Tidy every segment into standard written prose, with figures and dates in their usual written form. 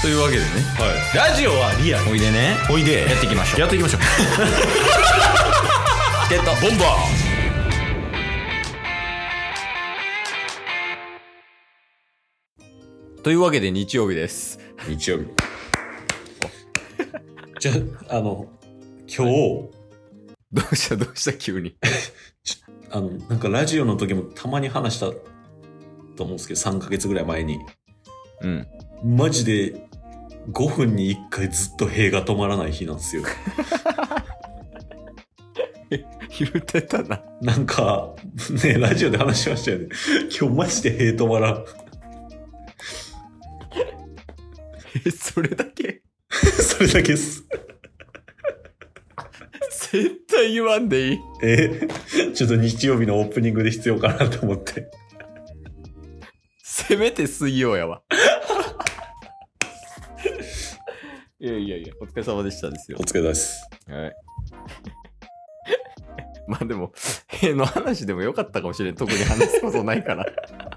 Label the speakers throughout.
Speaker 1: というわけでね、
Speaker 2: ラジオはリアル。
Speaker 1: おいでね、
Speaker 2: おいで。
Speaker 1: やっていきましょう。
Speaker 2: やっていきましょう。
Speaker 1: チケットボンバーというわけで日曜日です。
Speaker 2: 日曜日。じゃあ、今日、
Speaker 1: どうした急に。
Speaker 2: なんかラジオの時もたまに話したと思うんですけど、3ヶ月ぐらい前に。
Speaker 1: うん。
Speaker 2: マジで5分に1回ずっと塀が止まらない日なんですよ。
Speaker 1: 言ってたな。
Speaker 2: なんか、ね、ラジオで話しましたよね。今日マジで塀止まらん。
Speaker 1: それだけ
Speaker 2: それだけです。
Speaker 1: 絶対言わんでいい。
Speaker 2: ちょっと日曜日のオープニングで必要かなと思って。
Speaker 1: せめて水曜やわ。いや、お疲れ様でしたですよ
Speaker 2: お。疲れ様です。
Speaker 1: はい。まあでも、塀の話でもよかったかもしれん。特に話すことないから。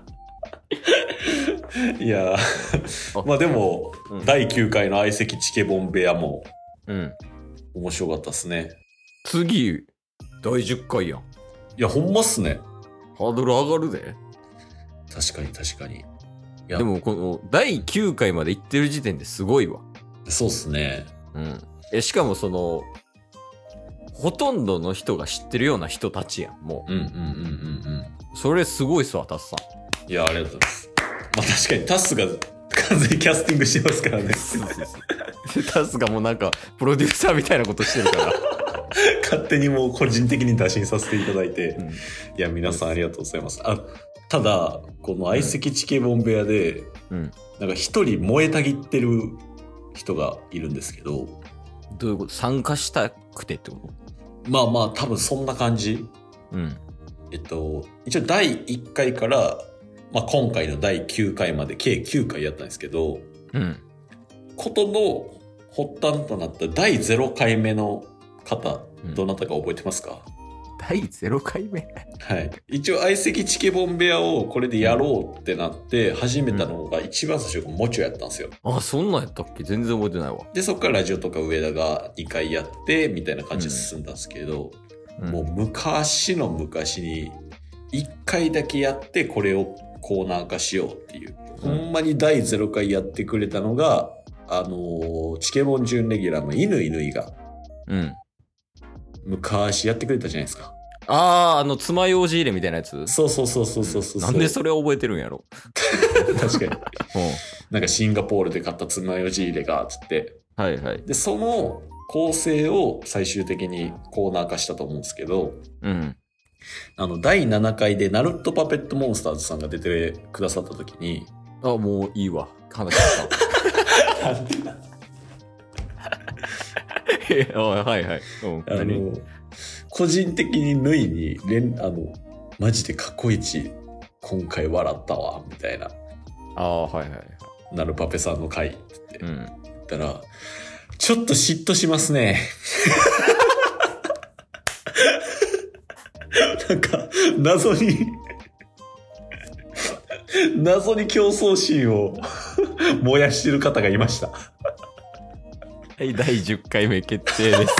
Speaker 2: いやまあでも、第9回の相席チケボン部屋も、面白かったっすね。
Speaker 1: 次、第10回やん。
Speaker 2: いや、ほんまっすね。
Speaker 1: ハードル上がるで。
Speaker 2: 確かに。いや
Speaker 1: でも、この、第9回まで行ってる時点ですごいわ。
Speaker 2: そうっすね。
Speaker 1: しかもほとんどの人が知ってるような人たちやん、もう。それすごいっすわ、タスさん。
Speaker 2: いや、ありがとうございます。まあ確かにタスが完全にキャスティングしてますからね。
Speaker 1: タスがもうなんか、プロデューサーみたいなことしてるから。
Speaker 2: 勝手にもう個人的に打診させていただいて。いや、皆さんありがとうございます。ただ、この相席チケボン部屋で、なんか一人燃えたぎってる人がいるんですけど。
Speaker 1: どういうこと？参加したくてってこと？
Speaker 2: まあ多分そんな感じ。一応第1回から、まあ今回の第9回まで計9回やったんですけど、ことの発端となった第0回目の方、どなたか覚えてますか？
Speaker 1: 第0回目
Speaker 2: はい。一応相席チケボン部屋をこれでやろうってなって始めたのが一番最初がもちょやったんですよ。
Speaker 1: あ、そんなんやったっけ？全然覚えてないわ。
Speaker 2: で、そっからラジオとか上田が2回やってみたいな感じで進んだんですけど、もう昔の昔に1回だけやってこれをコーナー化しようっていう、ほんまに第0回やってくれたのが、チケボン準レギュラーの犬が、昔やってくれたじゃないですか。
Speaker 1: 爪楊枝入れみたいなやつ？
Speaker 2: そう。
Speaker 1: なんでそれ覚えてるんやろ。
Speaker 2: 確かに。なんかシンガポールで買った爪楊枝入れが、つって。で、その構成を最終的にコーナー化したと思うんですけど、第7回でナルトパペットモンスターズさんが出てくださった時に、
Speaker 1: もういいわ。話した。はい。
Speaker 2: 個人的に縫いにマジで過去一今回笑ったわみたいな、ナルパペさんの回って言ったら、ちょっと嫉妬しますね。なんか謎に競争心を燃やしてる方がいました。
Speaker 1: はい、第10回目決定です。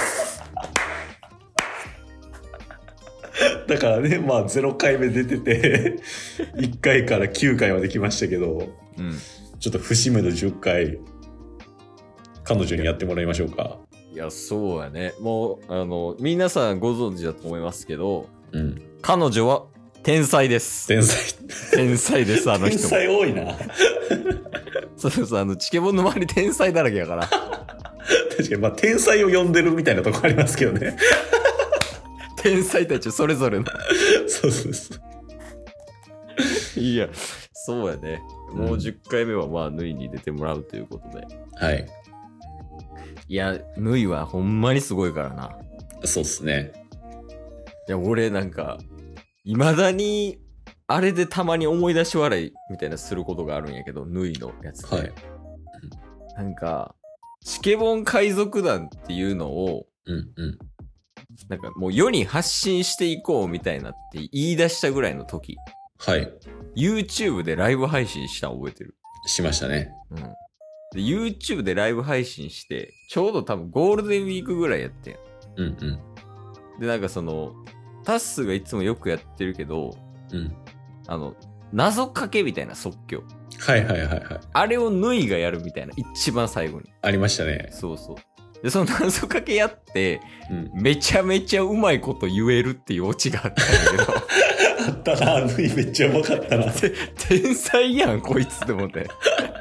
Speaker 2: だからね、まあ0回目出てて、1回から9回まで来ましたけど、ちょっと節目の10回、彼女にやってもらいましょうか。
Speaker 1: いや、そうやね。もう、皆さんご存知だと思いますけど、彼女は天才です。天才です、あの人も。天
Speaker 2: 才多いな。
Speaker 1: そうチケボンの周り天才だらけやから。
Speaker 2: 確かに、まあ天才を呼んでるみたいなとこありますけどね。
Speaker 1: 天才たちそれぞれの。
Speaker 2: そう。
Speaker 1: いや、そうやね。もう10回目はまあ、ヌイに出てもらうということで。
Speaker 2: はい。
Speaker 1: いや、ヌイはほんまにすごいからな。
Speaker 2: そうっすね。
Speaker 1: いや、俺なんか、未だに、あれでたまに思い出し笑いみたいなすることがあるんやけど、ヌイのやつで。なんか、チケボン海賊団っていうのを、なんかもう世に発信していこうみたいなって言い出したぐらいの時。
Speaker 2: はい。
Speaker 1: YouTube でライブ配信したの覚えてる？
Speaker 2: しましたね。
Speaker 1: で YouTube でライブ配信して、ちょうど多分ゴールデンウィークぐらいやってん。
Speaker 2: うんうん。
Speaker 1: で、なんかその、タッスがいつもよくやってるけど、
Speaker 2: うん。
Speaker 1: 謎かけみたいな即興。
Speaker 2: はいはいはいはい。
Speaker 1: あれをヌイがやるみたいな、一番最後に。
Speaker 2: ありましたね。
Speaker 1: そうそう。で、その謎かけやって、
Speaker 2: うん。
Speaker 1: めちゃめちゃうまいこと言えるっていうオチがあったんだけど、
Speaker 2: あったな、あの日めっちゃうまかったな。
Speaker 1: 天才やん、こいつって思って。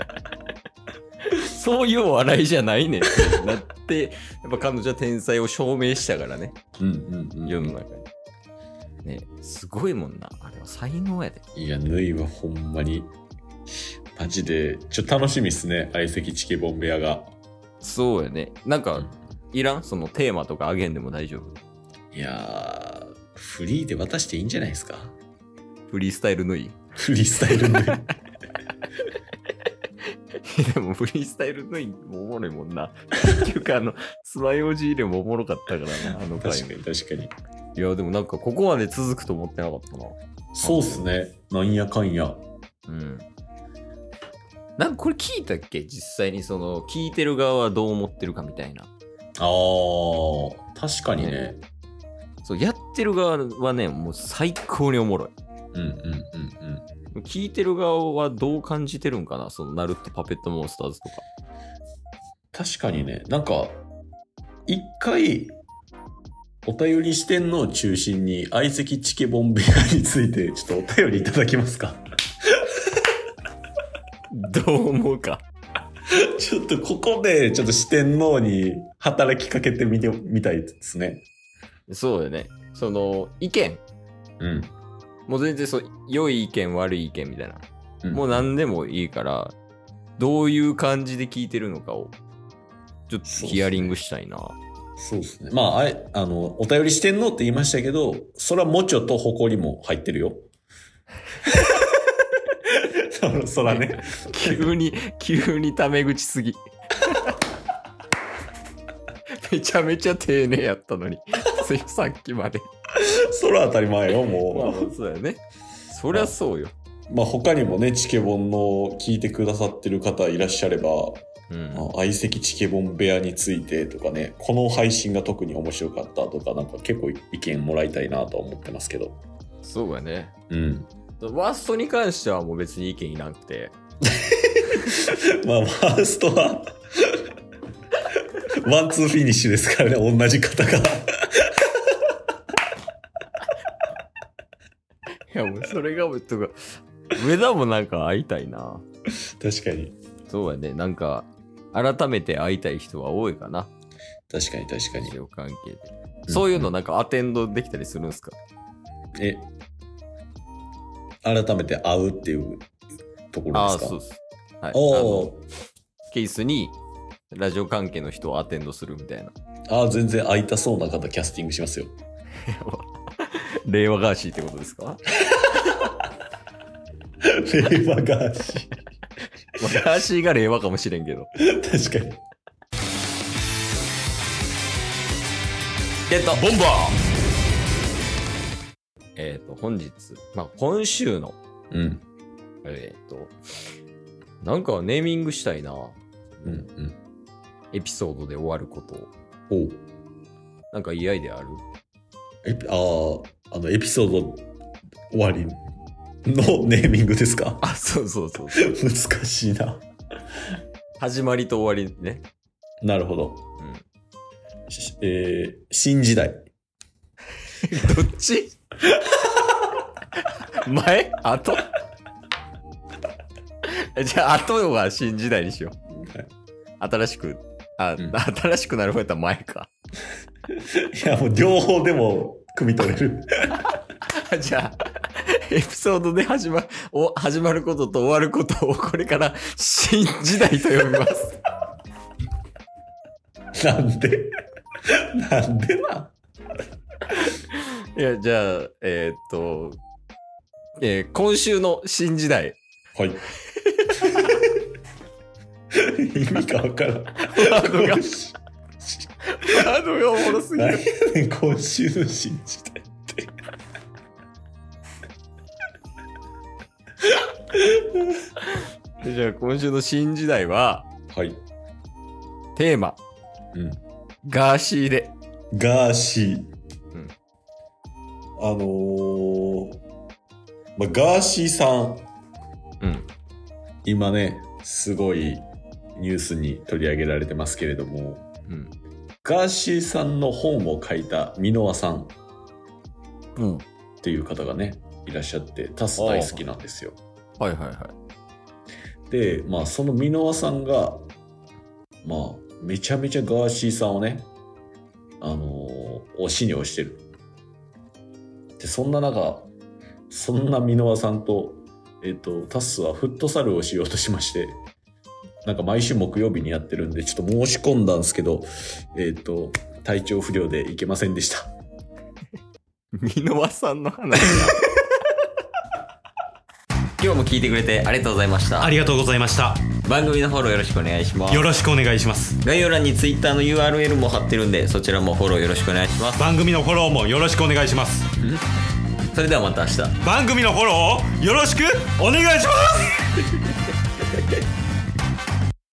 Speaker 1: そういうお笑いじゃないねんってなって、やっぱ彼女は天才を証明したからね、
Speaker 2: うんうんうん。
Speaker 1: 世の中に。ね、すごいもんな。あれは才能やで。
Speaker 2: いや、ぬいはほんまに、マジで、楽しみっすね、相席チケボン部屋が。
Speaker 1: そうやね。なんか、いらんそのテーマとかあげんでも大丈夫。
Speaker 2: いやー、フリーで渡していいんじゃないですか。
Speaker 1: フリースタイル縫い。
Speaker 2: フリースタイルぬい。
Speaker 1: でもフリースタイル縫いもおもろいもんな。結局つまようじ入れもおもろかったからな、あの回
Speaker 2: 確かに確かに。
Speaker 1: いや、でもなんかここまで続くと思ってなかったな。
Speaker 2: そうっすね。なんやかんや。
Speaker 1: うん。なんかこれ聞いたっけ実際にその聞いてる側はどう思ってるかみたいな。
Speaker 2: あー、確かにね。
Speaker 1: そうやってる側はねもう最高におもろい。
Speaker 2: うんうんうんうん。
Speaker 1: 聞いてる側はどう感じてるんかなそのナルトパペットモンスターズとか。
Speaker 2: 確かにね。なんか、一回、お便り視点の中心に相席チケボン部屋についてちょっとお便りいただけますか。
Speaker 1: どう思うか。
Speaker 2: ちょっとここでちょっと四天王に働きかけてみてみたいですね。
Speaker 1: そうよね。その意見。
Speaker 2: うん。
Speaker 1: もう全然そう良い意見悪い意見みたいな。
Speaker 2: うん、
Speaker 1: もう何でもいいからどういう感じで聞いてるのかをちょっとヒアリングしたいな。
Speaker 2: そうですね。まあ、お便り四天王って言いましたけど、それはもちょと誇りも入ってるよ。そらね。
Speaker 1: 急にタメ口すぎ。めちゃめちゃ丁寧やったのに。さっきまで。
Speaker 2: そら当たり前よ、もう。
Speaker 1: まあ、そうやね。そりゃそうよ。
Speaker 2: まあ他にもね、チケボンの聞いてくださってる方いらっしゃれば、
Speaker 1: うん、
Speaker 2: 相席チケボン部屋についてとかね、この配信が特に面白かったとか、なんか結構意見もらいたいなとは思ってますけど。
Speaker 1: そうやね。
Speaker 2: うん。
Speaker 1: ワーストに関してはもう別に意見いなくて。
Speaker 2: まあ、ワーストは、ワンツーフィニッシュですからね、同じ方が。
Speaker 1: いやもうそれがとか、上田もなんか会いたいな。
Speaker 2: 確かに。
Speaker 1: そうやね。なんか、改めて会いたい人は多いかな。
Speaker 2: 確かに確かに。
Speaker 1: 使用関係で。そういうのなんかアテンドできたりするんですか？
Speaker 2: 改めて会うっていうところですか？
Speaker 1: そうです。はい。
Speaker 2: お
Speaker 1: ケースにラジオ関係の人をアテンドするみたいな。
Speaker 2: 全然会いたそうな方キャスティングしますよ。
Speaker 1: 令和ガーシーってことですか？
Speaker 2: 令和ガーシー。
Speaker 1: ガーシーが令和かもしれんけど。
Speaker 2: 確かに。
Speaker 1: ゲット
Speaker 2: ボンバ
Speaker 1: 本日、今週の、
Speaker 2: ー。うん。
Speaker 1: なんかネーミングしたいな。
Speaker 2: うんうん。
Speaker 1: エピソードで終わることを。
Speaker 2: おう。
Speaker 1: なんかいいアイデアある？
Speaker 2: エピソード終わりのネーミングですか？
Speaker 1: そう。
Speaker 2: 難しいな。
Speaker 1: 始まりと終わりね。
Speaker 2: なるほど。
Speaker 1: うん、
Speaker 2: 新時代。
Speaker 1: どっち？前？後？じゃあ後が新時代にしよう。はい、新しく新しくなる方やったら前か。
Speaker 2: いやもう両方でも汲み取れる。
Speaker 1: じゃあエピソードで始まることと終わることをこれから新時代と呼びます。
Speaker 2: なんでない
Speaker 1: やじゃあ今週の新時代。
Speaker 2: はい。意味か分からん。
Speaker 1: ワードがおもろすぎる。
Speaker 2: 今週の新時代って。
Speaker 1: じゃあ今週の新時代は、
Speaker 2: はい。
Speaker 1: テーマ、
Speaker 2: うん。
Speaker 1: ガーシーで。
Speaker 2: ガーシー。
Speaker 1: うん。
Speaker 2: ガーシーさん。
Speaker 1: うん。
Speaker 2: 今ね、すごいニュースに取り上げられてますけれども、
Speaker 1: うん。
Speaker 2: ガーシーさんの本を書いた箕輪さん。
Speaker 1: うん。
Speaker 2: っていう方がね、いらっしゃって、タス大好きなんですよ。
Speaker 1: はいはいはい。
Speaker 2: で、まあその箕輪さんが、まあめちゃめちゃガーシーさんをね、推しに推してる。で、そんな中、そんな箕輪さんと、タスはフットサルをしようとしまして、なんか毎週木曜日にやってるんで、ちょっと申し込んだんですけど、体調不良で行けませんでした。
Speaker 1: 箕輪さんの話今日も聞いてくれてありがとうございました。
Speaker 3: ありがとうございました。
Speaker 1: 番組のフォローよろしくお願いします。
Speaker 3: よろしくお願いします。
Speaker 1: 概要欄に Twitter の URL も貼ってるんで、そちらもフォローよろしくお願いします。
Speaker 3: 番組のフォローもよろしくお願いします。
Speaker 1: それではまた明日。
Speaker 3: 番組のフォローをよろしくお願いします